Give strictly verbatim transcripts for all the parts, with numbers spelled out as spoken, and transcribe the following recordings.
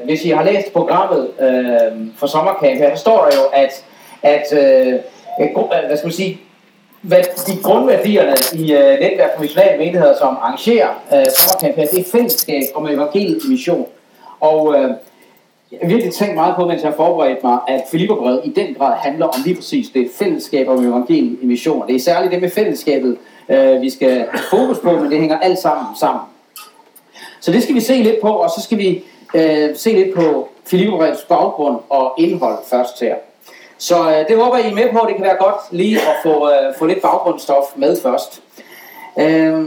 øh, hvis I har læst programmet øh, for sommercamp her, så står der jo, at, at øh, hvad skal man sige, hvad de grundværdierne i øh, netværk for missionale menigheder, som arrangerer øh, sommercamp her, det er fællesskab om evangeliet i mission. Og øh, jeg har virkelig tænkt meget på, mens jeg har forberedt mig, at Filipperbrevet i den grad handler om lige præcis det fællesskab om evangeliet i mission. Det er særligt det med fællesskabet, øh, vi skal have fokus på, men det hænger alt sammen sammen. Så det skal vi se lidt på, og så skal vi øh, se lidt på Filipperbrevets baggrund og indhold først her. Så øh, det håber I er med på, det kan være godt lige at få, øh, få lidt baggrundsstof med først. Øh,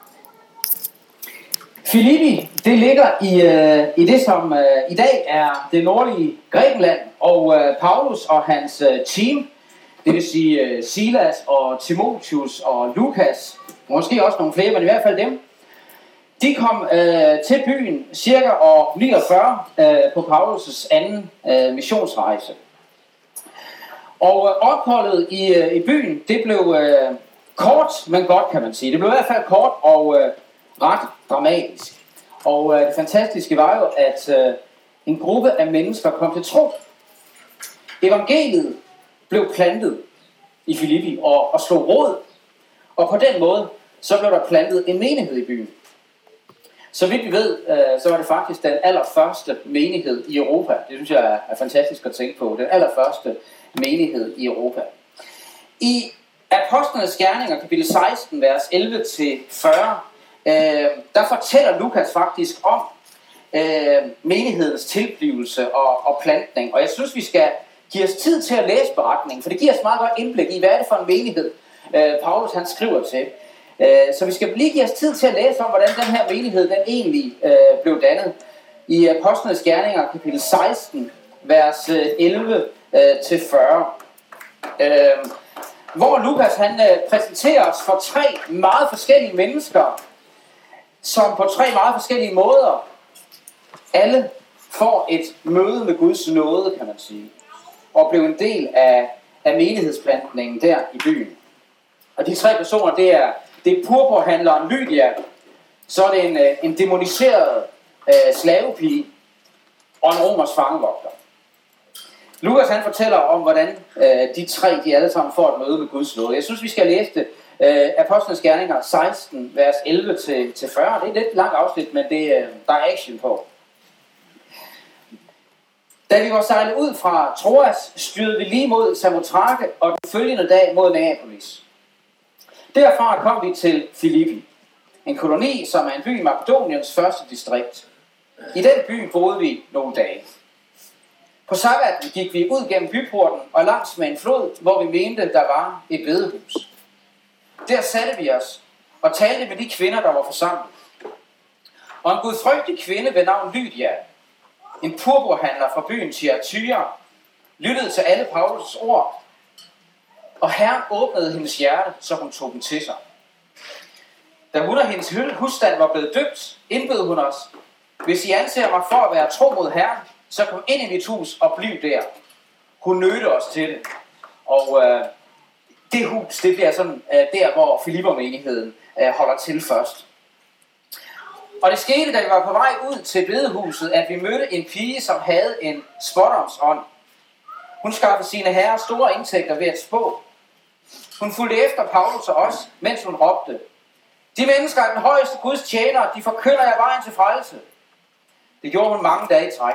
Filippi, det ligger i, øh, i det, som øh, i dag er det nordlige Grækenland, og øh, Paulus og hans øh, team, det vil sige øh, Silas og Timotheus og Lukas, måske også nogle flere, men i hvert fald dem, de kom øh, til byen cirka år niogfyrre øh, på Paulus' anden øh, missionsrejse. Og øh, opholdet i, øh, i byen, det blev øh, kort, men godt kan man sige. Det blev i hvert fald kort og øh, ret dramatisk. Og øh, det fantastiske var jo, at øh, en gruppe af mennesker kom til tro. Evangeliet blev plantet i Filippi og, og slog rod. Og på den måde, så blev der plantet en menighed i byen. Så vidt vi ved, øh, så var det faktisk den allerførste menighed i Europa. Det synes jeg er, er fantastisk at tænke på. Den allerførste menighed i Europa. I Apostlenes Gerninger, kapitel seksten, vers elleve til fyrre, øh, der fortæller Lukas faktisk om øh, menighedens tilblivelse og, og plantning. Og jeg synes, vi skal give os tid til at læse beretningen, for det giver os meget godt indblik i, hvad er det for en menighed, øh, Paulus han skriver til. Så vi skal lige give os tid til at læse om, hvordan den her menighed den egentlig øh, blev dannet. I Apostlenes Gerninger, kapitel seksten, vers elleve til fyrre. Øh, hvor Lukas han øh, præsenterer os for tre meget forskellige mennesker, som på tre meget forskellige måder alle får et møde med Guds nåde, kan man sige, og blev en del af, af menighedsplantningen der i byen. Og de tre personer, det er Det er purpurhandleren Lydia, så er det en, en demoniseret øh, slavepige og en romersk fangevogter. Lukas han fortæller om, hvordan øh, de tre, de alle sammen får et møde med Guds nåde. Jeg synes, vi skal læse det. Øh, Apostlenes Gerninger seksten, vers elleve til fyrre. Det er et lidt langt afsnit, men det, øh, der er action på. Da vi var sejlet ud fra Troas, styrede vi lige mod Samothrake og den følgende dag mod Neapolis. Derfra kom vi til Filippi, en koloni, som er en by i Makedoniens første distrikt. I den by boede vi nogle dage. På sabbaten gik vi ud gennem byporten og langs med en flod, hvor vi mente, der var et bedehus. Der satte vi os og talte med de kvinder, der var forsamlet. Og en gudfrygtig kvinde ved navn Lydia, en purpurhandler fra byen Thyatira, lyttede til alle Paulus' ord. Og Herren åbnede hendes hjerte, så hun tog dem til sig. Da hun og hendes husstand var blevet døbt, indbød hun os: hvis I anser mig for at være tro mod Herren, så kom ind i mit hus og bliv der. Hun nødte os til det. Og øh, det hus, det bliver sådan øh, der, hvor Filippermenigheden øh, holder til først. Og det skete, da vi var på vej ud til bedehuset, at vi mødte en pige, som havde en spådomsånd. Hun skaffede sine herrer store indtægter ved at spå. Hun fulgte efter Paulus og os, mens hun råbte: de mennesker er den højeste Guds tjenere, de forkynder jer vejen til frelse. Det gjorde hun mange dage i træk.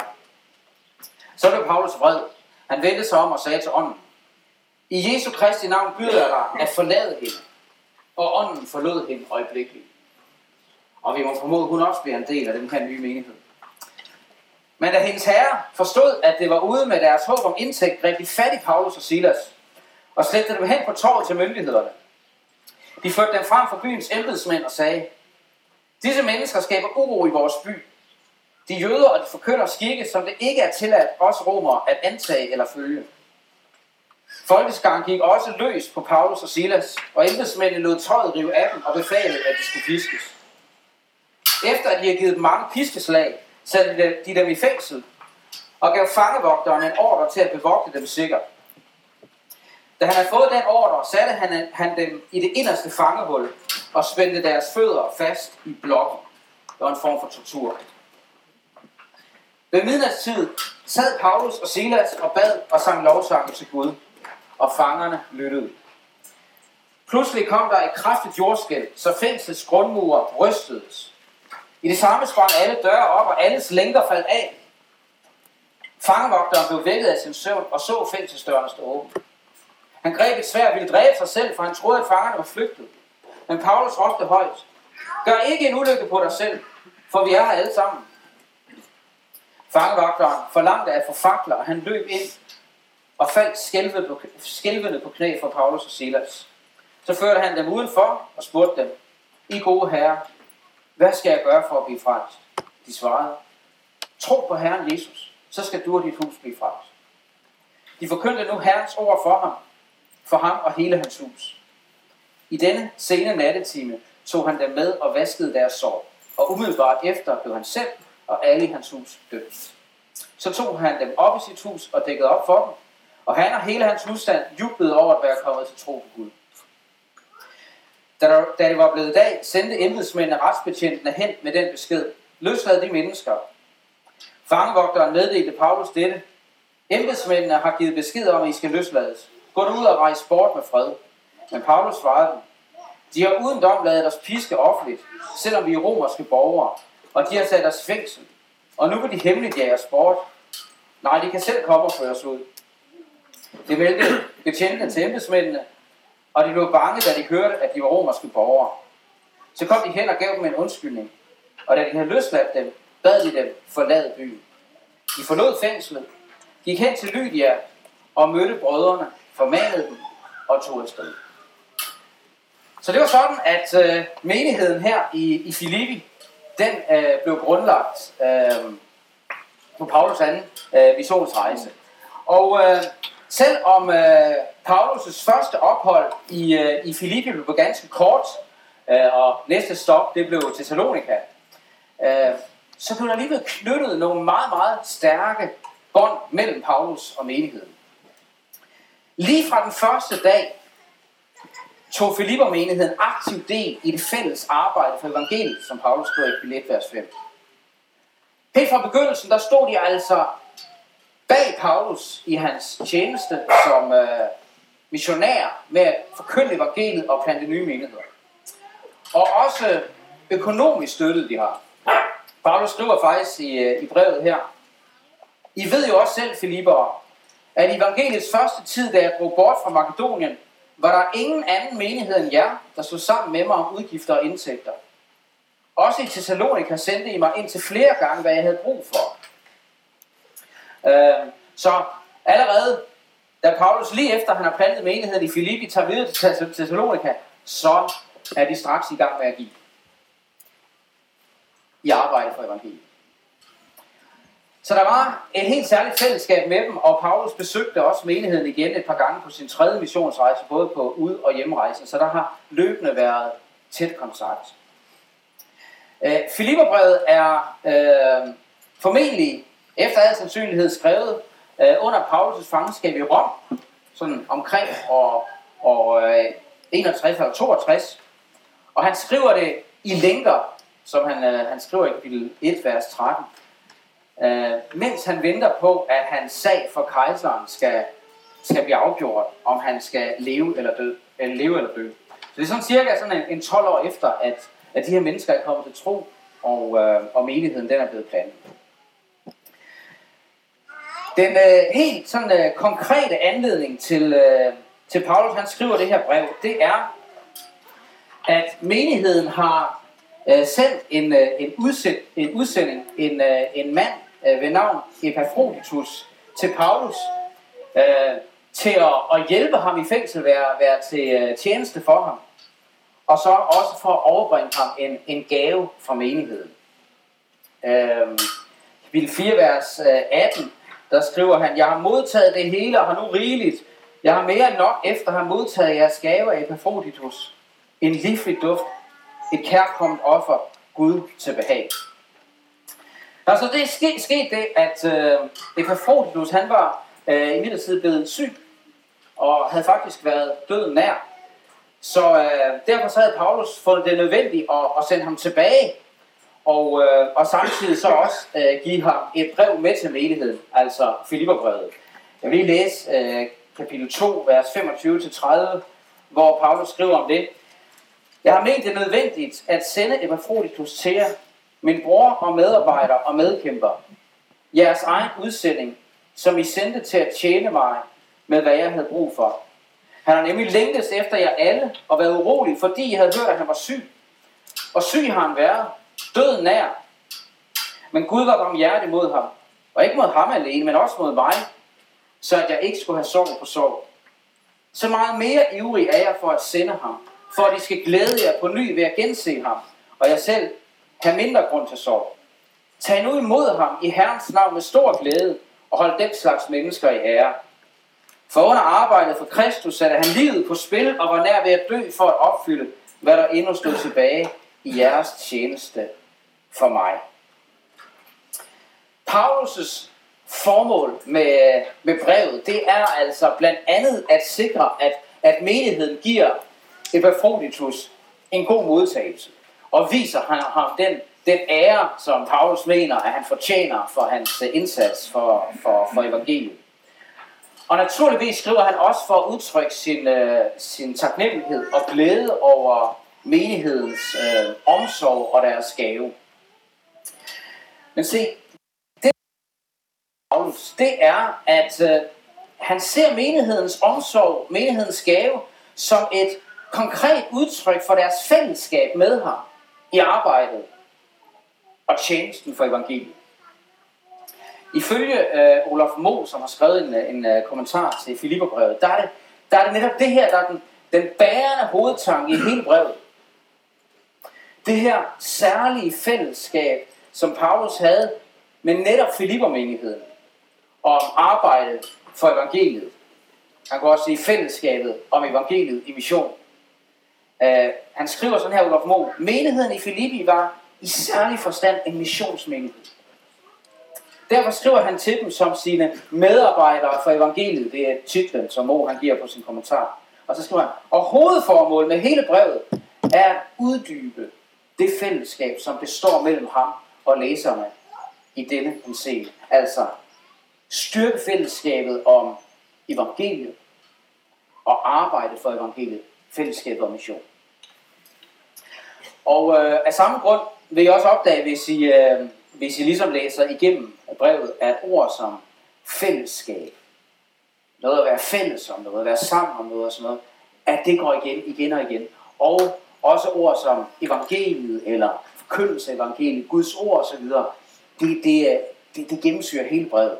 Så blev Paulus vred. Han vendte sig om og sagde til ånden: i Jesu Kristi navn byder jeg dig at forlade hende. Og ånden forlod hende øjeblikkeligt. Og vi må formode, at hun også bliver en del af den her nye menighed. Men da hendes herre forstod, at det var ude med deres håb om indtægt, greb de fat i Paulus og Silas og slæbte dem hen på torvet til myndighederne. De førte dem frem for byens embedsmænd og sagde: disse mennesker skaber uro i vores by. De jøder og de forkynder skikke, som det ikke er tilladt os romere at antage eller følge. Folkeskaren gik også løs på Paulus og Silas, og embedsmændene lod tøjet rive af dem og befalede, at de skulle piskes. Efter at de havde givet dem mange piskeslag, satte de dem i fængsel og gav fangevogteren en ordre til at bevogte dem sikkert. Da han havde fået den ordre, satte han, han dem i det inderste fangehul og spændte deres fødder fast i blokken. Det var en form for tortur. Ved midnatstid sad Paulus og Silas og bad og sang lovsange til Gud, og fangerne lyttede. Pludselig kom der et kraftigt jordskælv, så fængslets grundmure rystedes. I det samme sprang alle døre op, og alles lænker faldt af. Fangevogteren blev vækket af sin søvn og så fængselsdørene stå åbne. Han greb et sværd og ville dræbe sig selv, for han troede, at fangerne var flygtet. Men Paulus råbte højt: Gør ikke en ulykke på dig selv, for vi er her alle sammen. Fangevogteren forlangte at få fakler, og han løb ind og faldt skælvende på, skælvende på knæ for Paulus og Silas. Så førte han dem udenfor og spurgte dem: I gode herrer, hvad skal jeg gøre for at blive frelst? De svarede: Tro på Herren Jesus, så skal du og dit hus blive frelst. De forkyndte nu Herrens ord for ham, for ham og hele hans hus. I denne sene nattetime tog han dem med og vaskede deres sår, og umiddelbart efter blev han selv og alle i hans hus døbt. Så tog han dem op i sit hus og dækkede op for dem, og han og hele hans husstand jublede over at være kommet til tro på Gud. Da, der, da det var blevet dag, sendte embedsmændene retsbetjentene hen med den besked: Løslad de mennesker. Fangevogteren meddelte Paulus dette: Embedsmændene har givet besked om, at I skal løslades. Gå nu ud og rejse bort med fred. Men Paulus svarede dem: De har uden dom ladet os piske offentligt, selvom vi er romerske borgere, og de har sat os i fængsel. Og nu vil de hemmeligt jage os bort. Nej, de kan selv komme og føre os ud. Det meldte betjentene til embedsmændene, og de blev bange, da de hørte, at de var romerske borgere. Så kom de hen og gav dem en undskyldning, og da de havde løsladt dem, bad de dem forlade byen. De forlod fængslet, gik hen til Lydia og mødte brødrene, formanede dem og tog afsted. Så det var sådan, at øh, menigheden her i, i Filippi, den øh, blev grundlagt øh, på Paulus anden øh, missionsrejse. Og øh, selvom øh, Paulus' første ophold i, øh, i Filippi blev ganske kort, øh, og næste stop det blev Thessalonika, øh, så blev der alligevel knyttet nogle meget, meget stærke bånd mellem Paulus og menigheden. Lige fra den første dag tog Filipper-menigheden aktiv del i det fælles arbejde for evangeliet, som Paulus skriver i Filipper vers fem. Helt fra begyndelsen, der stod de altså bag Paulus i hans tjeneste som øh, missionær med at forkynde evangeliet og plante nye menigheder. Og også økonomisk støttede de her. Paulus skriver faktisk i, i brevet her: I ved jo også selv, Filippere, at i evangeliets første tid, da jeg drog bort fra Makedonien, var der ingen anden menighed end jer, der stod sammen med mig om udgifter og indtægter. Også i Thessalonika sendte I mig ind til flere gange, hvad jeg havde brug for. Øh, så allerede, da Paulus lige efter han har plantet menigheden i Filippi, tager videre til Thessalonika, så er de straks i gang med at give i arbejde for evangeliet. Så der var et helt særligt fællesskab med dem, og Paulus besøgte også menigheden igen et par gange på sin tredje missionsrejse, både på ud- og hjemrejse, så der har løbende været tæt kontakt. Øh, Filipperbrevet er øh, formentlig efter al sandsynlighed skrevet øh, under Paulus' fangenskab i Rom, sådan omkring år, år øh, enogtres eller toogtres, og han skriver det i lænker, som han, øh, han skriver i kapitel et, vers tretten. Uh, mens han venter på, at hans sag for kejseren skal, skal blive afgjort, om han skal leve eller dø. Eller leve eller dø. Så det er sådan cirka sådan en, en tolv år efter, at, at de her mennesker er kommet til tro, og, uh, og menigheden den er blevet plantet. Den uh, helt sådan uh, konkrete anledning til, uh, til Paulus, han skriver det her brev, det er, at menigheden har uh, sendt en, uh, en, udsend, en udsending, en, uh, en mand ved navn Epafroditus til Paulus, øh, til at, at hjælpe ham i fængsel, være, være til uh, tjeneste for ham, og så også for at overbringe ham en, en gave fra menigheden. Øh, kapitel fire, vers atten, der skriver han: Jeg har modtaget det hele og har nu rigeligt. Jeg har mere end nok efter at have modtaget jeres gave af Epafroditus. En livlig duft, et kærkomment offer, Gud til behag. Altså det er sket, sket det, at øh, Epafroditus, han var øh, i midlertid blevet syg, og havde faktisk været døden nær. Så øh, derfor så havde Paulus fundet det nødvendigt at, at sende ham tilbage. og, øh, og samtidig så også øh, give ham et brev med til menigheden, altså Filipperbrevet. Jeg vil lige læse øh, kapitel to, vers femogtyve til tredive, hvor Paulus skriver om det. Jeg har ment det nødvendigt at sende Epafroditus til jer, min bror og medarbejder og medkæmper, jeres egen udsending, som I sendte til at tjene mig med, hvad jeg havde brug for. Han har nemlig længtes efter jer alle og været urolig, fordi I havde hørt, at han var syg. Og syg har han været, døden nær. Men Gud var barmhjertig mod ham, og ikke mod ham alene, men også mod mig, så at jeg ikke skulle have sorg på sorg. Så meget mere ivrig er jeg for at sende ham, for at I skal glæde jer på ny ved at gense ham, og jeg selv have mindre grund til sorg. Tag nu imod ham i Herrens navn med stor glæde, og hold den slags mennesker i ære. For under arbejdet for Kristus satte han livet på spil og var nær ved at dø for at opfylde, hvad der endnu stod tilbage i jeres tjeneste for mig. Paulus' formål med, med brevet, det er altså blandt andet at sikre, at, at menigheden giver Epafroditus en god modtagelse, og viser ham den, den ære, som Paulus mener, at han fortjener for hans indsats for, for, for evangeliet. Og naturligvis skriver han også for at udtrykke sin, øh, sin taknemmelighed og glæde over menighedens øh, omsorg og deres gave. Men se, det, Paulus, det er, at øh, han ser menighedens omsorg, menighedens gave, som et konkret udtryk for deres fællesskab med ham i arbejdet og tjenesten for evangeliet. Ifølge øh, Olaf Moe, som har skrevet en, en, en kommentar til Filipperbrevet, der er det, der er det netop det her, der er den, den bærende hovedtanke i hele brevet. Det her særlige fællesskab, som Paulus havde med netop Filippermenigheden om arbejdet for evangeliet. Han kan også sige fællesskabet om evangeliet i mission. Uh, han skriver sådan her, Olaf Moe: menigheden i Filippi var i særlig forstand en missionsmenighed. Derfor skriver han til dem som sine medarbejdere for evangeliet. Det er titlen, som Moe han giver på sin kommentar. Og så skriver han: og hovedformålet med hele brevet er at uddybe det fællesskab, som består mellem ham og læserne i denne henseende. Altså styrke fællesskabet om evangeliet og arbejde for evangeliet, fællesskabet og mission. Og øh, af samme grund vil jeg også opdage, hvis I, øh, hvis I ligesom læser igennem brevet, at ord som fællesskab, noget at være fælles om, noget at være sammen om noget og sådan noget, at det går igen, igen og igen. Og også ord som evangeliet eller forkyndelse af evangeliet, Guds ord osv., det, det, det, det gennemsyrer hele brevet.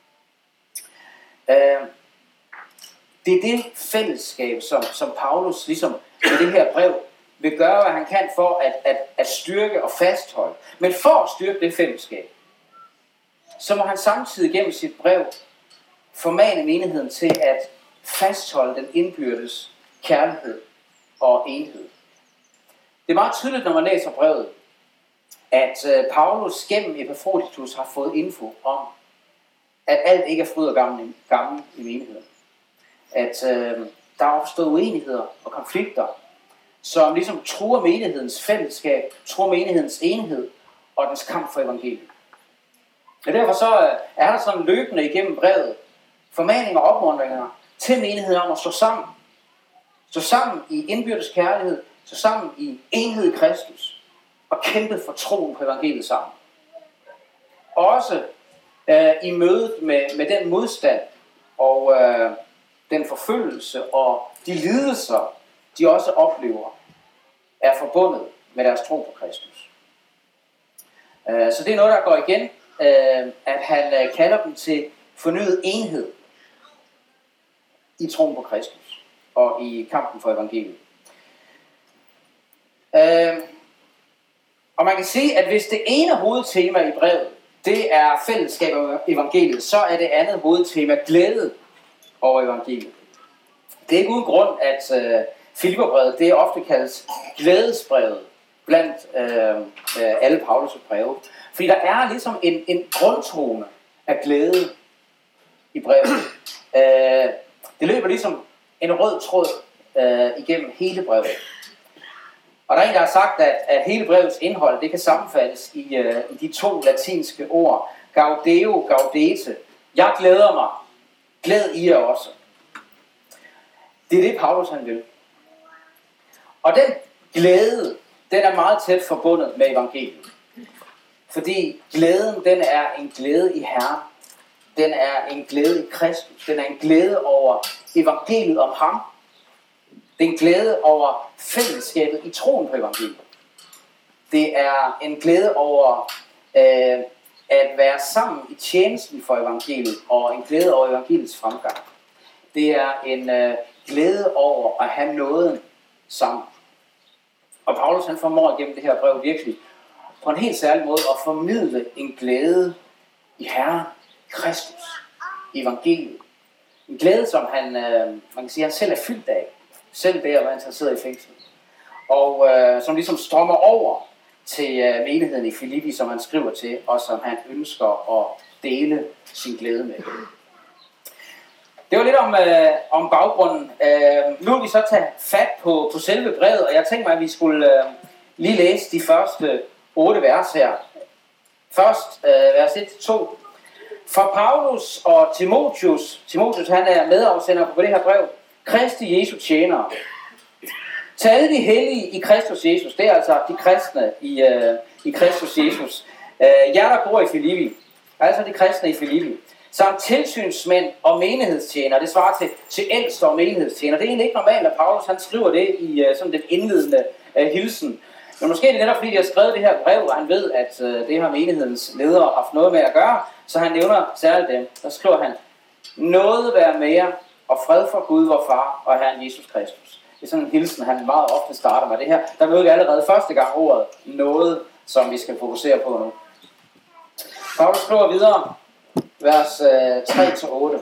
Øh, det er det fællesskab, som, som Paulus ligesom med det her brev vil gøre, hvad han kan for at, at, at styrke og fastholde. Men for at styrke det fællesskab, så må han samtidig gennem sit brev formane menigheden til at fastholde den indbyrdes kærlighed og enhed. Det er meget tydeligt, når man læser brevet, at Paulus gennem Epafroditus har fået info om, at alt ikke er fryd og gammel, gammel i menigheden. At øh, der er opstået uenigheder og konflikter, som ligesom truer menighedens fællesskab, truer menighedens enhed og dens kamp for evangeliet. Og derfor så er der sådan løbende igennem brevet formaninger og opmuntringer til menigheden om at stå sammen. Stå sammen i indbyrdes kærlighed, stå sammen i enhed i Kristus og kæmpe for troen på evangeliet sammen. Også øh, i mødet med, med den modstand og øh, den forfølgelse og de lidelser, de også oplever, er forbundet med deres tro på Kristus. Øh, så det er noget, der går igen, øh, at han øh, kalder dem til fornyet enhed i troen på Kristus og i kampen for evangeliet. Øh, og man kan sige, at hvis det ene hovedtema i brevet, det er fællesskab og evangeliet, så er det andet hovedtema glæde over evangeliet. Det er ikke uden grund, at øh, Filipperbrevet, det er ofte kaldes glædesbrevet blandt øh, øh, alle Paulus' breve. Fordi der er ligesom en, en grundtone af glæde i brevet. Øh, det løber ligesom en rød tråd øh, igennem hele brevet. Og der er en, der har sagt, at, at hele brevets indhold, det kan sammenfattes i, uh, i de to latinske ord. Gaudeo, gaudete. Jeg glæder mig. Glæd I jer også. Det er det, Paulus han vil. Og den glæde, den er meget tæt forbundet med evangeliet. Fordi glæden, den er en glæde i Herren. Den er en glæde i Kristus. Den er en glæde over evangeliet om ham. Det er en glæde over fællesskabet i troen på evangeliet. Det er en glæde over øh, at være sammen i tjenesten for evangeliet, og en glæde over evangeliets fremgang. Det er en øh, glæde over at have noget sammen. Og Paulus han formår gennem det her brev virkelig på en helt særlig måde at formidle en glæde i Herren, Kristus, evangeliet. En glæde, som han, øh, man kan sige, han selv er fyldt af. Selv der, hvor han sidder i fængsel. Og øh, som ligesom strømmer over til øh, menigheden i Filippi, som han skriver til, og som han ønsker at dele sin glæde med. Det var lidt om, øh, om baggrunden. Øh, nu vil vi så tage fat på, på selve brevet, og jeg tænkte mig, at vi skulle øh, lige læse de første otte vers her. Først øh, vers et til to. For Paulus og Timotheus, Timotheus han er medafsender på det her brev, Kristi Jesu tjenere. Til alle de hellige i Kristus Jesus, det er altså de kristne i, øh, i Kristus Jesus. Øh, jer der bor i Filippi, altså de kristne i Filippi. Samt tilsynsmænd og menighedstjenere, det svarer til, til ældste og menighedstjenere. Det er egentlig ikke normalt, at Paulus han skriver det i øh, sådan den indledende øh, hilsen. Men måske er det netop fordi, de har skrevet det her brev, og han ved, at øh, det har menighedens ledere haft noget med at gøre, så han nævner særligt dem. Der skriver han, noget være mere og fred for Gud, vor far og Herren Jesus Kristus. Det er sådan en hilsen, han meget ofte starter med det her. Der mødte vi allerede første gang ordet noget, som vi skal fokusere på nu. Paulus skriver videre, vers øh, tre til otte.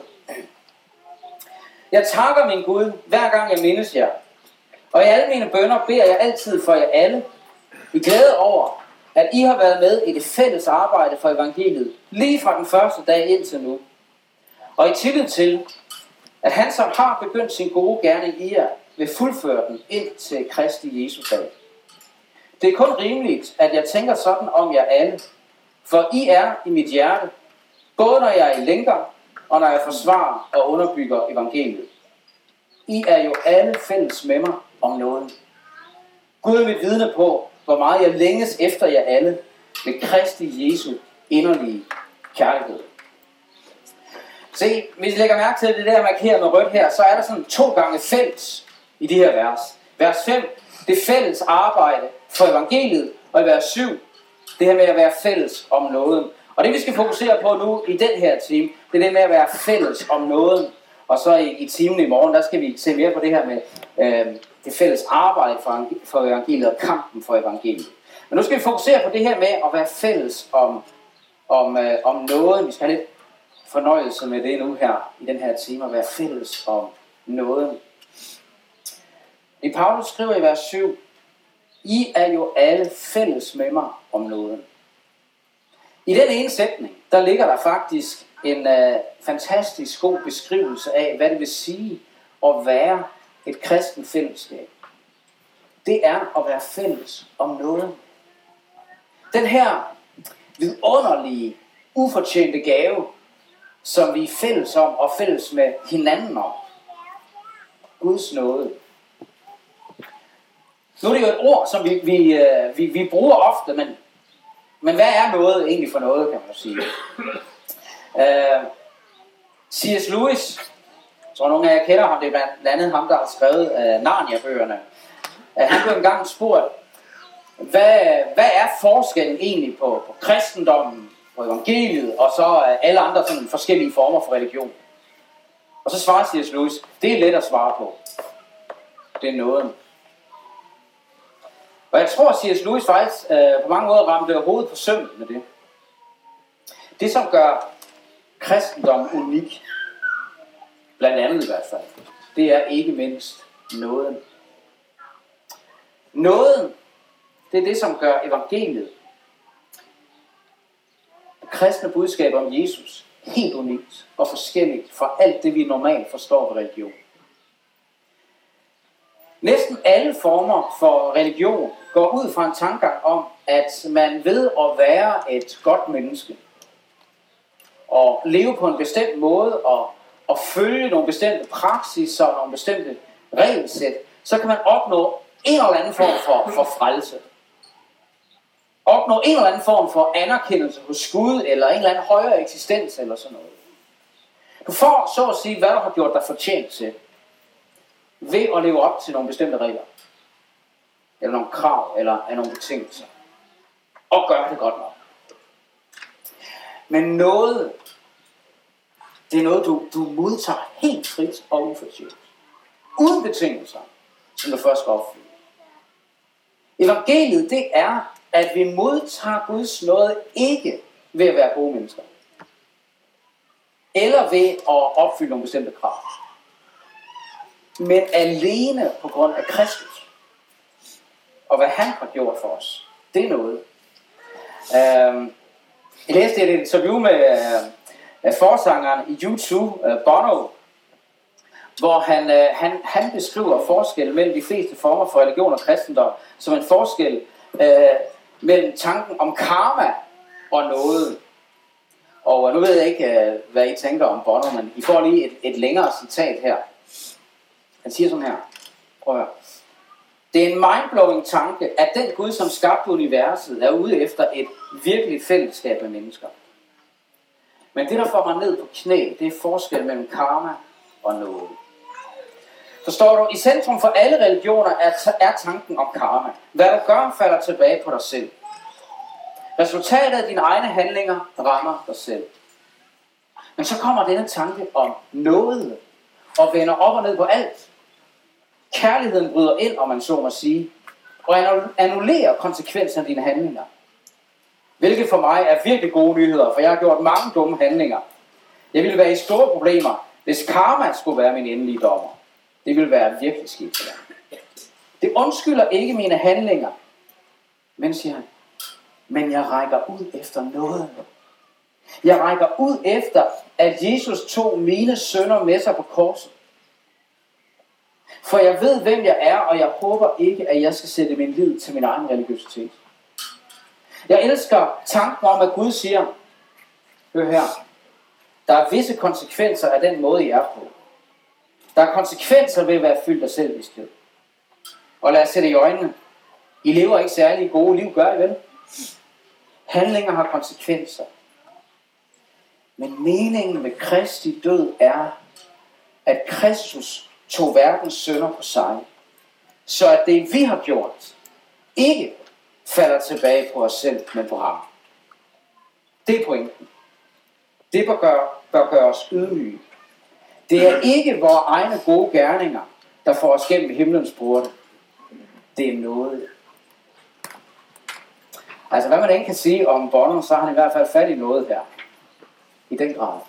Jeg takker min Gud, hver gang jeg mindes jer. Og i alle mine bønner beder jeg altid for jer alle, i glæde over, at I har været med i det fælles arbejde for evangeliet, lige fra den første dag indtil nu. Og i tillid til, at han som har begyndt sin gode gerning i jer, vil fuldføre den ind til Kristi Jesu dag. Det er kun rimeligt, at jeg tænker sådan om jer alle, for I er i mit hjerte, både når jeg er i lænker, og når jeg forsvarer og underbygger evangeliet. I er jo alle fælles med mig om noget. Gud er mit vidne på, hvor meget jeg længes efter jer alle, ved Kristi Jesu inderlige kærlighed. Se, hvis I lægger mærke til det der markeret med rødt her, så er der sådan to gange fælles i de her vers. Vers fem, det fælles arbejde for evangeliet, og i vers syv, det her med at være fælles om noget. Og det vi skal fokusere på nu i den her time, det er det med at være fælles om noget. Og så i, i timen i morgen, der skal vi se mere på det her med øh, det fælles arbejde for, for evangeliet og kampen for evangeliet. Men nu skal vi fokusere på det her med at være fælles om, om, øh, om noget. Vi skal have lidt fornøjelse med det nu her i den her time, at være fælles om noget. I Paulus skriver i vers syv, I er jo alle fælles med mig om noget. I den ene sætning, der ligger der faktisk en øh, fantastisk god beskrivelse af, hvad det vil sige at være et kristent fællesskab. Det er at være fælles om noget. Den her vidunderlige, ufortjente gave, som vi er fælles om og fælles med hinanden om. Guds nåde. Nu er det jo et ord, som vi, vi, vi, vi bruger ofte, men, men hvad er noget egentlig for noget, kan man sige? Uh, C S Lewis, jeg tror nogle af jer kender ham, det er blandt andet ham, der har skrevet uh, Narnia-bøgerne. Uh, han blev engang spurgt, hvad, hvad er forskellen egentlig på, på kristendommen, på evangeliet, og så uh, alle andre sådan forskellige former for religion? Og så svarer C S Lewis, det er let at svare på. Det er noget. Og jeg tror, at C S Lewis faktisk uh, på mange måder ramte hovedet på sømmet med det. Det, som gør kristendom unik, blandt andet i hvert fald, det er ikke mindst nåden. Nåden, det er det, som gør evangeliet, kristne budskab om Jesus, helt unikt og forskelligt fra alt det, vi normalt forstår ved religion. Næsten alle former for religion går ud fra en tankegang om, at man ved at være et godt menneske, og leve på en bestemt måde, og, og følge nogle bestemte praksiser og nogle bestemte regelsæt, så kan man opnå en eller anden form for, for frelse. Opnå en eller anden form for anerkendelse hos Gud, eller en eller anden højere eksistens, eller sådan noget. Du får så at sige, hvad du har gjort dig fortjent til, ved at leve op til nogle bestemte regler, eller nogle krav, eller af nogle betingelser, og gøre det godt nok. Men noget, det er noget, du, du modtager helt frit og ufortjent, uden betingelser, som du først skal opfylde. Evangeliet, det er, at vi modtager Guds nåde ikke ved at være gode mennesker, eller ved at opfylde nogle bestemte krav, men alene på grund af Kristus, og hvad han har gjort for os. Det er noget. Uh, jeg læste et interview med uh, forsangeren i U to, uh, Bono, hvor han, uh, han, han beskriver forskel mellem de fleste former for religion og kristendom, som en forskel uh, mellem tanken om karma og noget. Og uh, nu ved jeg ikke, uh, hvad I tænker om Bono, men I får lige et, et længere citat her. Han siger sådan her. Prøv at høre. Det er en mindblowing tanke, at den Gud, som skabte universet, er ude efter et virkeligt fællesskab med mennesker. Men det, der får mig ned på knæ, det er forskel mellem karma og noget. Forstår du? I centrum for alle religioner er, er tanken om karma. Hvad du gør, falder tilbage på dig selv. Resultatet af dine egne handlinger rammer dig selv. Men så kommer denne tanke om noget, og vender op og ned på alt. Kærligheden bryder ind, om man så må sige, og annullerer konsekvensen af dine handlinger. Hvilket for mig er virkelig gode nyheder, for jeg har gjort mange dumme handlinger. Jeg ville være i store problemer, hvis karma skulle være min endelige dommer. Det ville være virkelig skidt for mig. Det undskylder ikke mine handlinger, men siger han, men jeg rækker ud efter noget. Jeg rækker ud efter, at Jesus tog mine synder med sig på korset. For jeg ved, hvem jeg er, og jeg håber ikke, at jeg skal sætte min lid til min egen religiøsitet. Jeg elsker tanken om, at Gud siger, hør her, der er visse konsekvenser af den måde, I er på. Der er konsekvenser ved at være fyldt af selvbevidsthed. Og lad os sætte i øjnene. I lever ikke særlig gode liv, gør I vel? Handlinger har konsekvenser. Men meningen med Kristi død er, at Kristus tog verdens synder på sig, så at det vi har gjort, ikke falder tilbage på os selv, men på ham. Det er pointen. Det bør gøre, bør gøre os ydmyge. Det er ikke vores egne gode gerninger, der får os gennem himlens porte. Det er noget. Altså hvad man ikke kan sige om Bono, så har han i hvert fald fat i noget her. I den grad.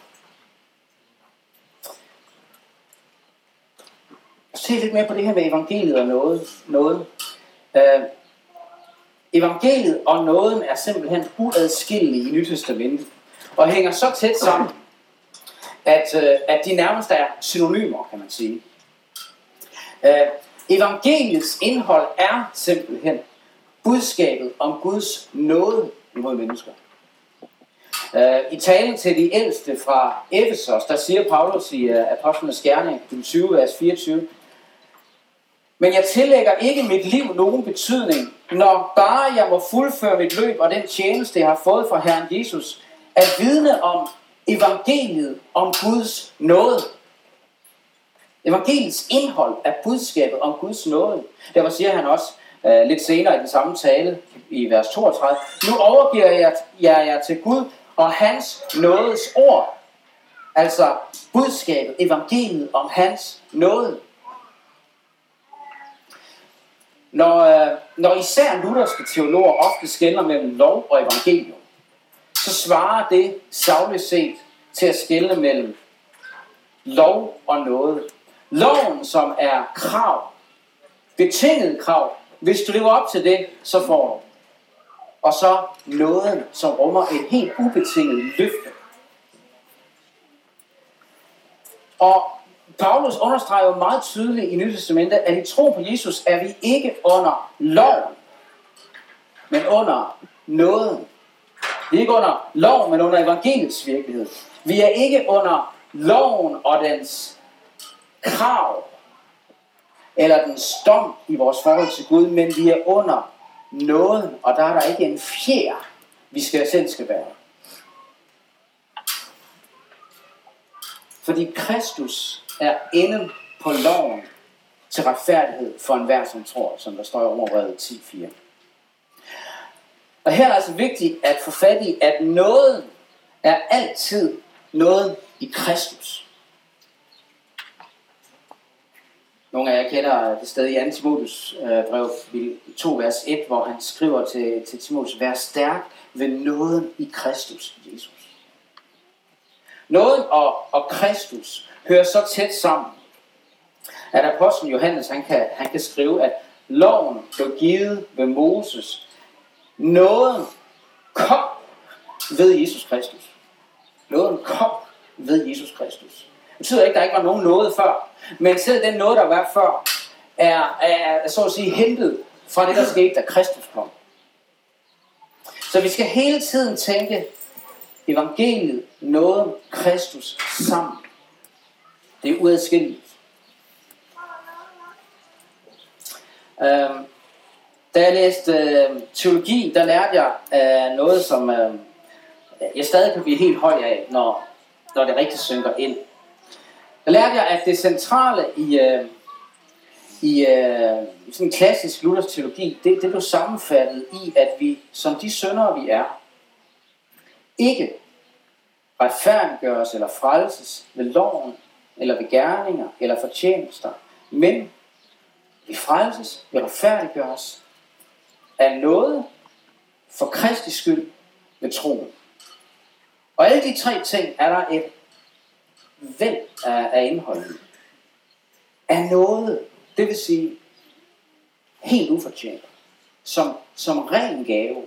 Se lidt mere på det her med evangeliet og noget. noget. Uh, evangeliet og nåden er simpelthen uadskillelige i Nyt Testamentet, og hænger så tæt sammen, at, uh, at de nærmest er synonymer, kan man sige. Uh, evangeliets indhold er simpelthen budskabet om Guds nåde imod mennesker. Uh, I talen til de ældste fra Efesos, der siger Paulus i uh, Apostlenes Gerninger, kapitel tyve, vers fireogtyve, men jeg tillægger ikke mit liv nogen betydning, når bare jeg må fuldføre mit løb og den tjeneste, jeg har fået fra Herren Jesus, at vidne om evangeliet om Guds nåde. Evangeliets indhold er budskabet om Guds nåde. Derfor siger han også uh, lidt senere i den samme tale, i vers toogtredive, nu overgiver jeg jer, jer til Gud og hans nådes ord. Altså budskabet, evangeliet om hans nåde. Når, øh, når især lutherske teologer ofte skelner mellem lov og evangelium, så svarer det sagligt set til at skelne mellem lov og nåde. Loven, som er krav, betinget krav, hvis du lever op til det, så får du. Og så nåden, som rummer et helt ubetinget løfte. Og Paulus understreger jo meget tydeligt i Nye Testamentet, at i tro på Jesus er vi ikke under loven, men under nåden. Vi er ikke under loven, men under evangeliets virkelighed. Vi er ikke under loven og dens krav, eller dens dom i vores forhold til Gud, men vi er under nåden, og der er der ikke en fjer, vi skal selv skal være. Fordi Kristus er enden på loven til retfærdighed for enhver, som tror, som der står i Romerbrevet ti fire. Og her er altså vigtigt at få fat i, at nåden er altid nåden i Kristus. Nogle af jer kender det sted i anden Timotheus brev to vers et, hvor han skriver til, til Timotheus: vær stærk ved nåden i Kristus Jesus. Nåden og, og Kristus hører så tæt sammen, at apostlen Johannes han kan, han kan skrive, at loven blev givet ved Moses. Nåden kom ved Jesus Kristus. Nåden kom ved Jesus Kristus. Det betyder ikke, at der ikke var nogen nåde før. Men selv den nåde, der var før, er, er så at sige hentet fra det, der skete, da Kristus kom. Så vi skal hele tiden tænke evangeliet, nåden, Kristus sammen. Det er uadskilleligt. Øhm, da jeg læste øh, teologi, der lærte jeg øh, noget, som øh, jeg stadig kan blive helt høj af, når, når det rigtig synker ind. Der lærte jeg, at det centrale i, øh, i øh, sådan en klassisk luthersk teologi, det, det blev sammenfattet i, at vi, som de syndere vi er, ikke retfærdiggøres eller frelses ved loven, eller ved gerninger, eller fortjenester, men vi frelses, vi retfærdiggøres af noget for Kristi skyld ved troen. Og alle de tre ting er der et væld af, af indholdet. Af noget, det vil sige helt ufortjent, som, som ren gave.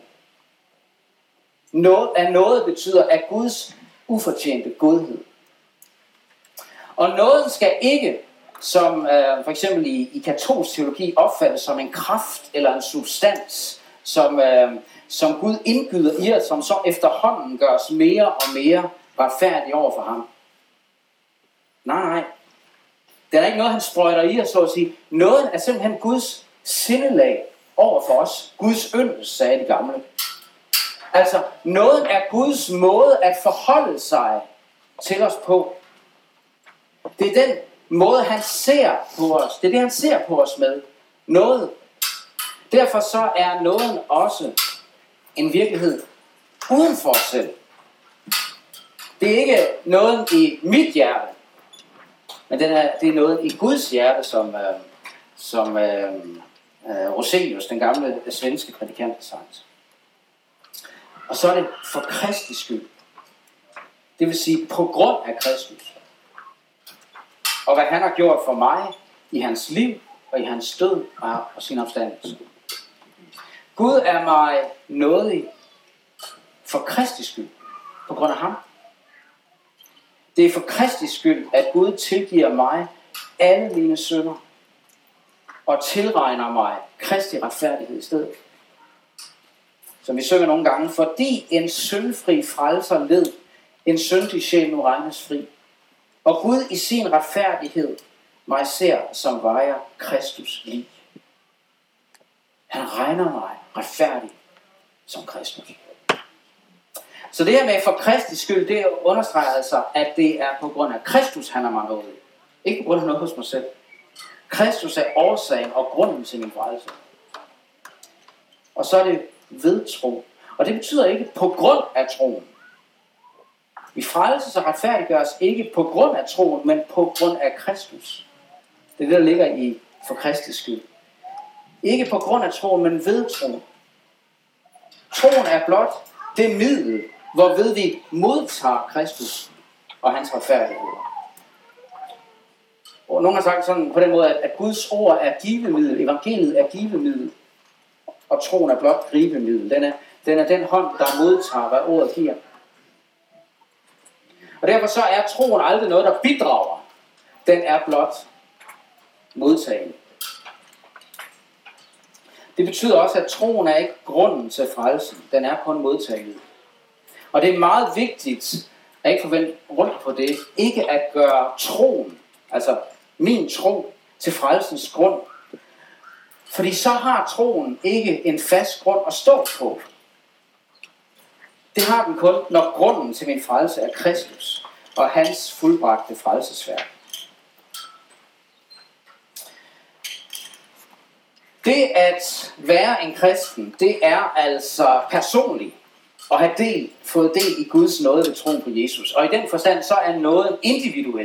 Noget af noget betyder af Guds ufortjente godhed. Og nåden skal ikke, som øh, for eksempel i, i katolsk teologi, opfattes som en kraft eller en substans, som, øh, som Gud indgyder i os, som så efterhånden gør os mere og mere retfærdige over for ham. Nej, nej. Det er ikke noget, han sprøjter i os, så at sige. Nåden er simpelthen Guds sindelag over for os. Guds yndelse, sagde de gamle. Altså, nåden er Guds måde at forholde sig til os på. Det er den måde, han ser på os. Det er det, han ser på os med. Noget. Derfor så er nåden også en virkelighed uden for os selv. Det er ikke noget i mit hjerte, men det er, det er noget i Guds hjerte, som, øh, som øh, øh, Rosenius, den gamle svenske prædikant, har sagt. Og så er det for Kristi skyld. Det vil sige på grund af Kristus. Og hvad han har gjort for mig i hans liv og i hans død og sin opstandelse. Gud er mig nådig for Kristi skyld. På grund af ham. Det er for Kristi skyld, at Gud tilgiver mig alle mine synder og tilregner mig Kristi retfærdighed i stedet. Som vi synger nogle gange, fordi en syndfri frelser led, en syndig sjæl nu regnes fri. Og Gud i sin retfærdighed mig ser, som vejer Kristus lig. Han regner mig retfærdig som Kristus. Så det her med for Kristi skyld, det understreger altså, at det er på grund af Kristus, han er mig nådig. Ikke på grund af noget hos mig selv. Kristus er årsagen og grunden til min frelse. Og så er det ved tro. Og det betyder ikke på grund af troen. Vi frelses og retfærdiggøres ikke på grund af troen, men på grund af Kristus. Det er det, der ligger i for Kristi skyld. Ikke på grund af troen, men ved troen. Troen er blot det middel, hvorved vi modtager Kristus og hans retfærdighed. Og nogen har sagt sådan på den måde, at Guds ord er givemiddel, evangeliet er givemiddel, og troen er blot gribemiddel. Den er, den er den hånd, der modtager, hvad ordet giver. Og derfor så er troen aldrig noget, der bidrager den er blot modtagen. Det betyder også, at troen er ikke grunden til frelsen. Den er kun modtaget. Og det er meget vigtigt at ikke forvente rundt på det. Ikke at gøre troen, altså min tro, til frelsens grund. Fordi så har troen ikke en fast grund at stå på. Det har den kun, når grunden til min frelse er Kristus og hans fuldbragte frelsesværk. Det at være en kristen, det er altså personligt at have del, fået del i Guds nåde ved troen på Jesus. Og i den forstand, så er nåden individuel.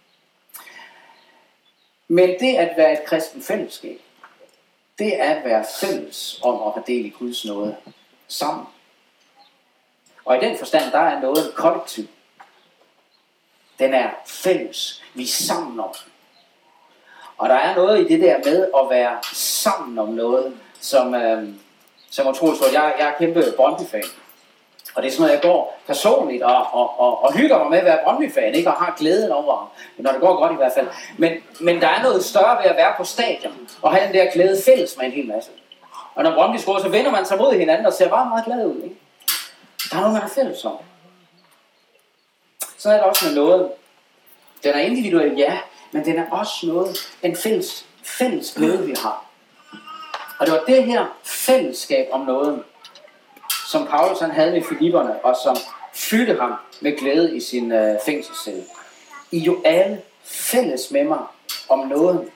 Men det at være et kristen fællesskab, det er at være fælles om at have del i Guds nåde sammen. Og i den forstand, der er nåden kollektiv. Den er fælles. Vi er sammen om den. Og der er noget i det der med at være sammen om noget, som, øh, som utroligt stort. Jeg, jeg er kæmpe Brøndby-fan. Og det er sådan noget, jeg går personligt og, og, og, og hygger mig med at være Brøndby-fan, ikke? Og har glæden over, når det går godt i hvert fald. Men, men der er noget større ved at være på stadion og have den der glæde fælles med en hel masse. Og når Brøndby scorer, så vender man sig mod hinanden og ser bare meget glad ud, ikke? Der er noget, man er fælles om. Sådan er det også med noget. Den er individuel, ja, men den er også noget, en fælles, fælles glæde, vi har. Og det var det her fællesskab om noget, som Paulus han havde med Filipperne, og som fyldte ham med glæde i sin øh, fængselscelle. I jo alle fælles med mig om noget.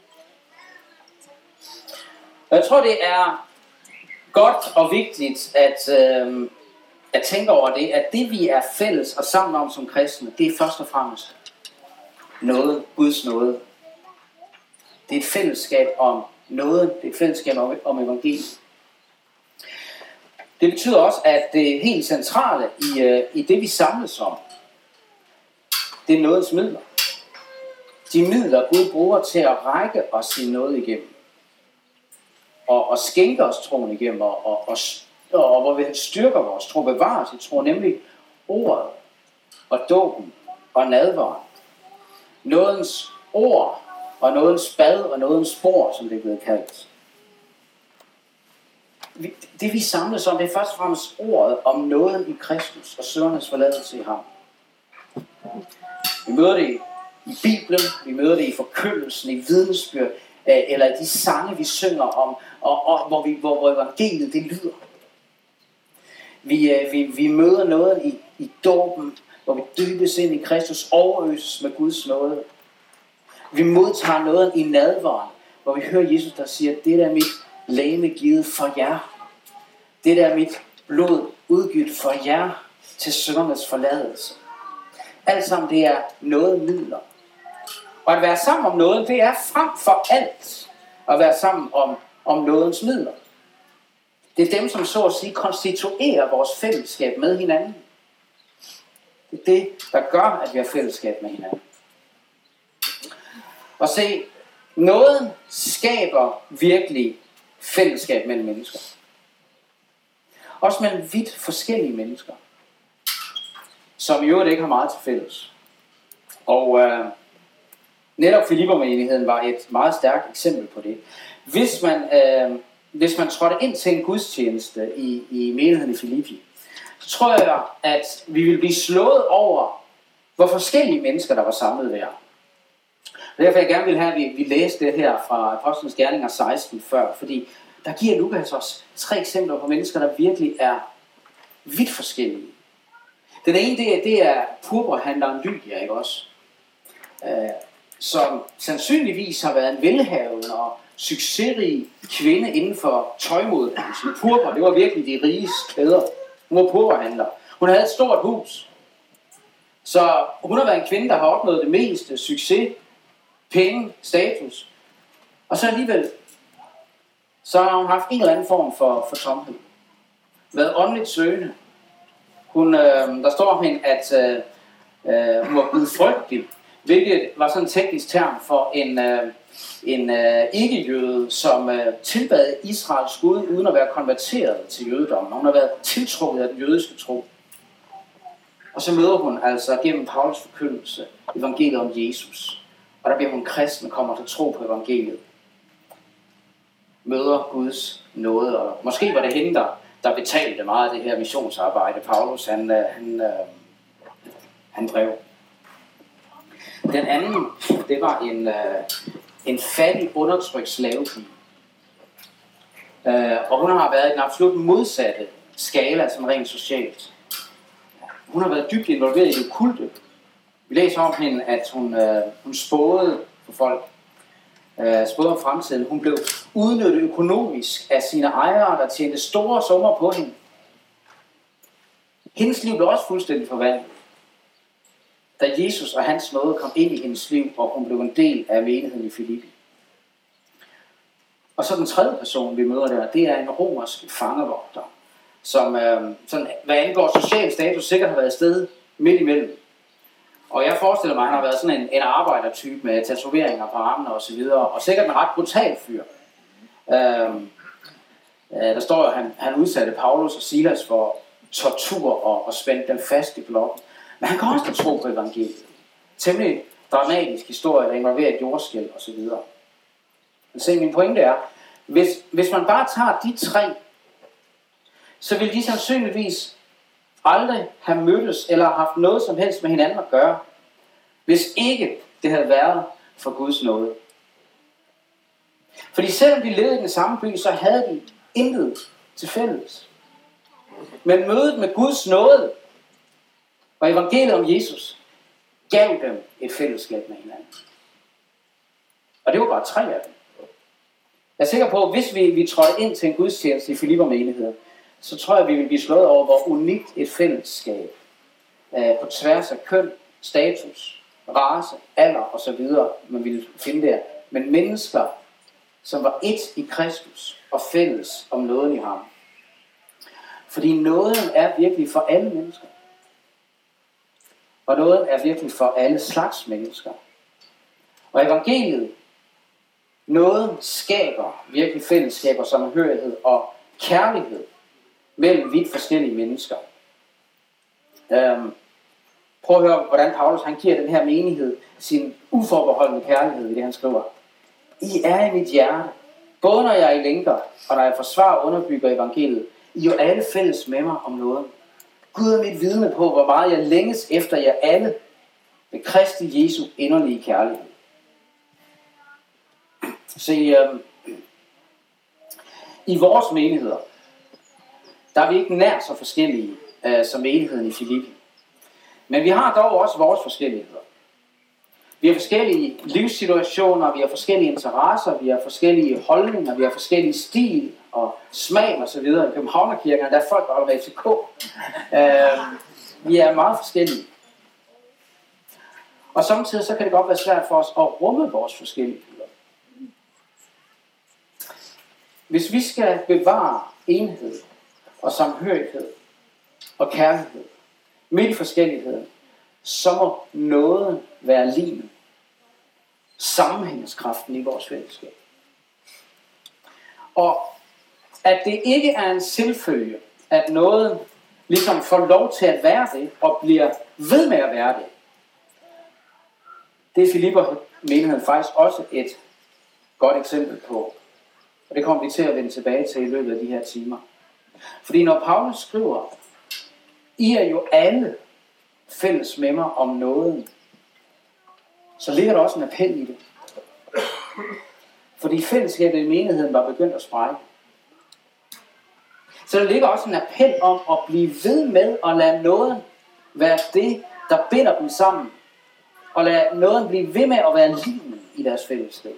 Og jeg tror, det er godt og vigtigt at, øh, at tænke over det, at det vi er fælles og sammen om som kristne, det er først og fremmest noget, Guds nåde. Det er et fællesskab om noget, det er et fællesskab om, om evangeliet. Det betyder også, at det helt centrale i, uh, i det, vi samles om, det er nådens midler. De midler, Gud bruger til at række os i noget igennem. Og, og skænke os troen igennem, og, og, og, og hvor vi styrker vores tro, bevarer os i tro, nemlig ordet, og dåben, og nadveren. Nådens ord, og nådens bad, og nådens spor, som det er blevet kaldt. Det vi samles om, det er først og fremmest ordet om nåden i Kristus og syndernes forladelse i ham. Vi møder det i Bibelen, vi møder det i forkyndelsen, i vidnesbyrd, eller i de sange, vi synger om, og, og hvor, vi, hvor, hvor evangeliet det lyder. Vi, vi, vi møder nåden i, i dåben, hvor vi dybes ind i Kristus, overøses med Guds nåde. Vi modtager nåden i nadveren, hvor vi hører Jesus, der siger, det der er mit legeme givet for jer. Det der er mit blod udgivet for jer til syndernes forladelse. Alt sammen det er noget midler. Og at være sammen om noget, det er frem for alt at være sammen om, om nådens midler. Det er dem, som så at sige konstituerer vores fællesskab med hinanden. Det er det, der gør, at vi har fællesskab med hinanden. Og se, nåden skaber virkelig fællesskab mellem mennesker. Også mellem vidt forskellige mennesker, som i øvrigt ikke har meget til fælles. Og øh, netop Filippermenigheden var et meget stærkt eksempel på det. Hvis man, øh, hvis man trådte ind til en gudstjeneste i, i menigheden i Filippi, så tror jeg, at vi vil blive slået over, hvor forskellige mennesker, der var samlet der. Og derfor jeg gerne vil have, at vi, vi læste det her fra Apostlenes Gerninger seksten før, fordi der giver Lukas os tre eksempler på mennesker, der virkelig er vidt forskellige. Den ene, det er, det er purpurhandleren Lydia, ikke også? Øh, som sandsynligvis har været en velhavende og succesrig kvinde inden for tøjmodebranchen. Purpur, det var virkelig de riges klæder. Hun var purpurhandler. Hun havde et stort hus. Så hun har været en kvinde, der har opnået det meste succes, penge, status. Og så alligevel, så har hun haft en eller anden form for, for tomhed. Været åndeligt søgende. Hun, øh, der står om hende, at øh, øh, hun var blevet frygtelig, hvilket var sådan en teknisk term for en, øh, en øh, ikke-jøde, som øh, tilbad Israels Gud, uden at være konverteret til jødedommen. Hun har været tiltrukket af den jødiske tro. Og så møder hun altså gennem Paulus forkyndelse evangeliet om Jesus. Og der bliver hun kristen, kommer til tro på evangeliet. Møder Guds nåde, og måske var det hende, der, der betalte meget af det her missionsarbejde. Paulus, han, han, han drev. Den anden, det var en, en fattig, undertrykt slavepige. Og hun har været i den absolut modsatte skala, sådan rent socialt. Hun har været dybt involveret i det okulte. Vi læser om hende, at hun, hun spåede for folk. Spåede om fremtiden. Hun blev udnyttet økonomisk af sine ejere, der tjente store summer på hende. Hendes liv blev også fuldstændig forvandlet, da Jesus og hans nåde kom ind i hendes liv, og hun blev en del af menigheden i Filippi. Og så den tredje person, vi møder der, det er en romersk fangevogter, som øh, sådan, hvad angår social status sikkert har været et sted midt imellem. Og jeg forestiller mig, at han har været sådan en, en arbejdertype med tatoveringer på armene og så videre, og sikkert en ret brutal fyr. Øh, øh, der står, at han, han udsatte Paulus og Silas for tortur og, og spændte dem fast i blokken. Men han kan også tro på evangeliet. Temmelig dramatisk historie, der involverer et jordskælv og så videre. Så min pointe er, hvis, hvis man bare tager de tre, så vil de sandsynligvis aldrig have mødtes eller haft noget som helst med hinanden at gøre, hvis ikke det havde været for Guds nåde. Fordi selvom de levede i den samme by, så havde de intet til fælles. Men mødet med Guds nåde og evangeliet om Jesus gav dem et fællesskab med hinanden. Og det var bare tre af dem. Jeg er sikker på, at hvis vi, vi trådte ind til en gudstjeneste i Filipper-menigheden, så tror jeg, vi vil blive slået over, hvor unikt et fællesskab øh, på tværs af køn, status, race, alder osv. man ville finde der. Men mennesker, som var ét i Kristus og fælles om nåden i ham. Fordi nåden er virkelig for alle mennesker. Og nåden er virkelig for alle slags mennesker. Og evangeliet, nåden skaber virkelig fællesskaber, samhørighed og kærlighed mellem vidt forskellige mennesker. Øhm, prøv at høre, hvordan Paulus han giver den her menighed sin uforbeholdende kærlighed i det, han skriver. I er i mit hjerte, både når jeg er i lænker, og når jeg forsvarer og underbygger evangeliet. I er jo alle fælles med mig om noget. Gud er mit vidne på, hvor meget jeg længes efter jer alle ved Kristi Jesu inderlige kærlighed. Se, øhm, i vores menigheder, der er vi ikke nær så forskellige øh, som menigheden i Filippi. Men vi har dog også vores forskelligheder. Vi har forskellige livssituationer, vi har forskellige interesser, vi har forskellige holdninger, vi har forskellige stil og smag og så videre. I Københavnerkirken, der er folk, der holder med F C K. Øh, vi er meget forskellige. Og samtidig så kan det godt være svært for os at rumme vores forskelligheder. Hvis vi skal bevare enhed og samhørighed og kærlighed midt i forskelligheden, så må nåden være limen, sammenhængskraften i vores fællesskab. Og at det ikke er en selvfølge, at noget ligesom får lov til at være det, og bliver ved med at være det. Det er Filipper-menigheden faktisk også et godt eksempel på. Og det kommer vi til at vende tilbage til i løbet af de her timer. Fordi når Paulus skriver, I er jo alle fælles med mig om nåden, så ligger der også en appel i det. Fordi fællesskabet i menigheden var begyndt at sprække. Så der ligger også en appel om at blive ved med at lade nåden være det, der binder dem sammen. Og lade nåden blive ved med at være limen i deres fællesskab.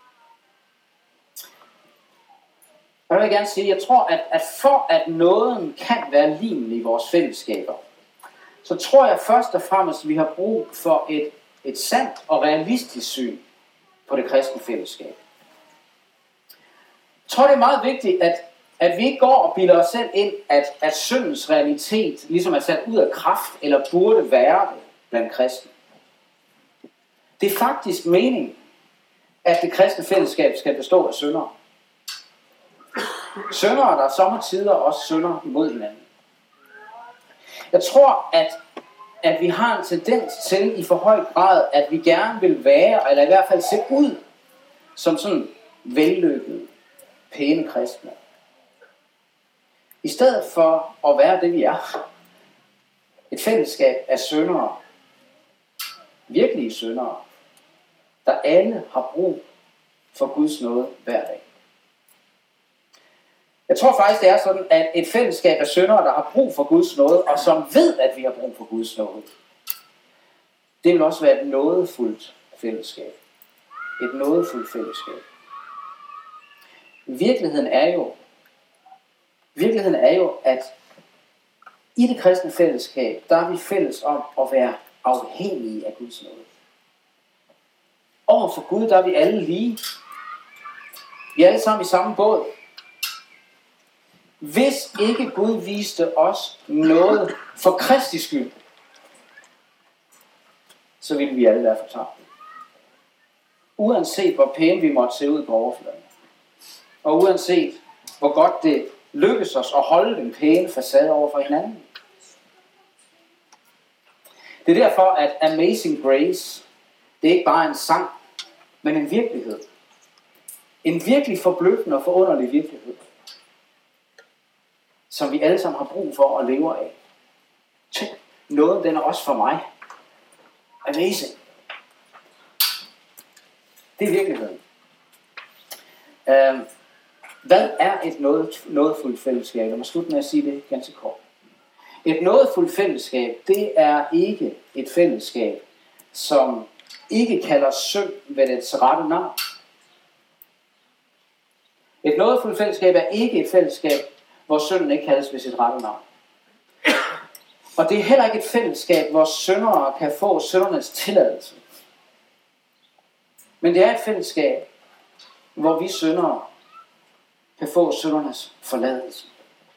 Og jeg vil gerne sige, at jeg tror, at, at for at nåden kan være limen i vores fællesskaber, så tror jeg først og fremmest, at vi har brug for et, et sandt og realistisk syn på det kristne fællesskab. Jeg tror, det er meget vigtigt, at, at vi ikke går og bilder os selv ind, at, at syndens realitet ligesom er sat ud af kraft, eller burde være det blandt kristne. Det er faktisk meningen, at det kristne fællesskab skal bestå af syndere. Syndere, der sommetider også synder imod hinanden. Jeg tror, at, at vi har en tendens til i for høj grad, at vi gerne vil være, eller i hvert fald se ud, som sådan vellykkede, pæne kristne. I stedet for at være det, vi er. Et fællesskab af syndere. Virkelige syndere. Der alle har brug for Guds nåde hver dag. Jeg tror faktisk, det er sådan, at et fællesskab af syndere, der har brug for Guds nåde, og som ved, at vi har brug for Guds nåde, det vil også være et nådefuldt fællesskab. Et nådefuldt fællesskab. Virkeligheden er jo, virkeligheden er jo, at i det kristne fællesskab, der er vi fælles om at være afhængige af Guds nåde. Over for Gud, der er vi alle lige. Vi er alle sammen i samme båd. Hvis ikke Gud viste os noget for Kristi skyld, så ville vi alle være fortabt. Uanset hvor pæne vi måtte se ud på overfladen, og uanset hvor godt det lykkes os at holde den pæne facade over for hinanden. Det er derfor, at Amazing Grace, det er ikke bare en sang, men en virkelighed. En virkelig forbløffende og forunderlig virkelighed, som vi alle sammen har brug for at leve af. Tænk, noget den er også for mig. Amazing. Det er virkeligheden. Uh, hvad er et noget, nådefuldt fællesskab? Lad mig slutte med at sige det ganske kort. Et nådefuldt fællesskab, det er ikke et fællesskab, som ikke kalder synd ved dets rette navn. Et nådefuldt fællesskab er ikke et fællesskab, hvor synden ikke kaldes ved sit rette navn. Og det er heller ikke et fællesskab, hvor syndere kan få syndernes tilladelse. Men det er et fællesskab, hvor vi syndere kan få syndernes forladelse.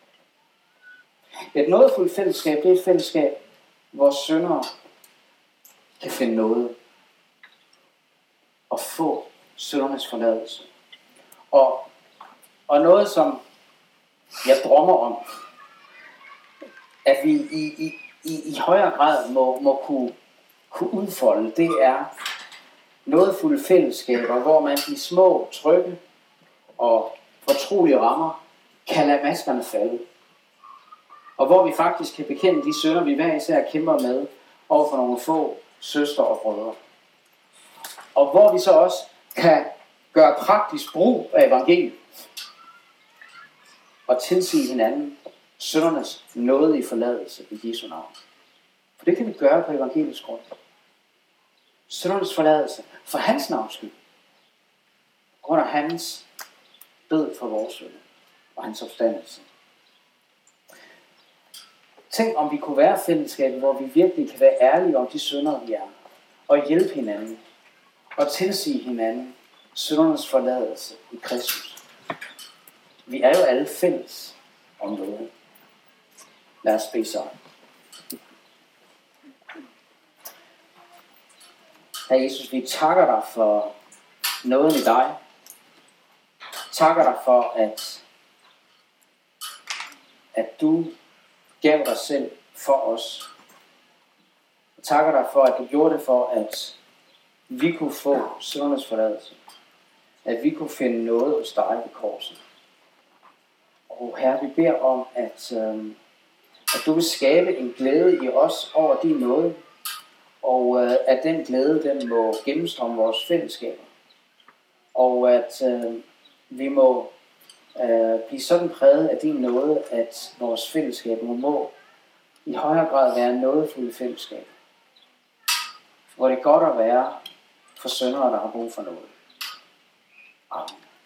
Et nådefuldt fællesskab, det er et fællesskab, hvor syndere kan finde noget og få syndernes forladelse. Og, og noget, som jeg drømmer om, at vi i, i, i, i højere grad må, må kunne, kunne udfolde, det er nådefulde fællesskaber, hvor man i små, trygge og fortrolige rammer kan lade maskerne falde. Og hvor vi faktisk kan bekende de synder, vi hver især kæmper med, over for nogle få søstre og brødre. Og hvor vi så også kan gøre praktisk brug af evangeliet og tilsige hinanden syndernes nådige forladelse i Jesu navn. For det kan vi gøre på evangeliets grund. Syndernes forladelse for hans navns skyld. På grund af hans død for vores synd og hans opstandelse. Tænk om vi kunne være fællesskabet, hvor vi virkelig kan være ærlige om de synder, vi er. Og hjælpe hinanden. Og tilsige hinanden syndernes forladelse i Kristus. Vi er jo alle fælles om noget. Lad os bede sammen. Herre Jesus, vi takker dig for noget i dig. Takker dig for, at, at du gav dig selv for os. Jeg takker dig for, at du gjorde det for, at vi kunne få syndernes forladelse. At vi kunne finde noget hos dig ved korset. Og Herre, vi beder om, at, øh, at du vil skabe en glæde i os over din nåde. Og øh, at den glæde, den må gennemstrømme vores fællesskaber. Og at øh, vi må øh, blive sådan præget af din nåde, at vores fællesskaber må i højere grad være nådefulde fællesskaber. Hvor det er godt at være for syndere, der har brug for noget. Amen.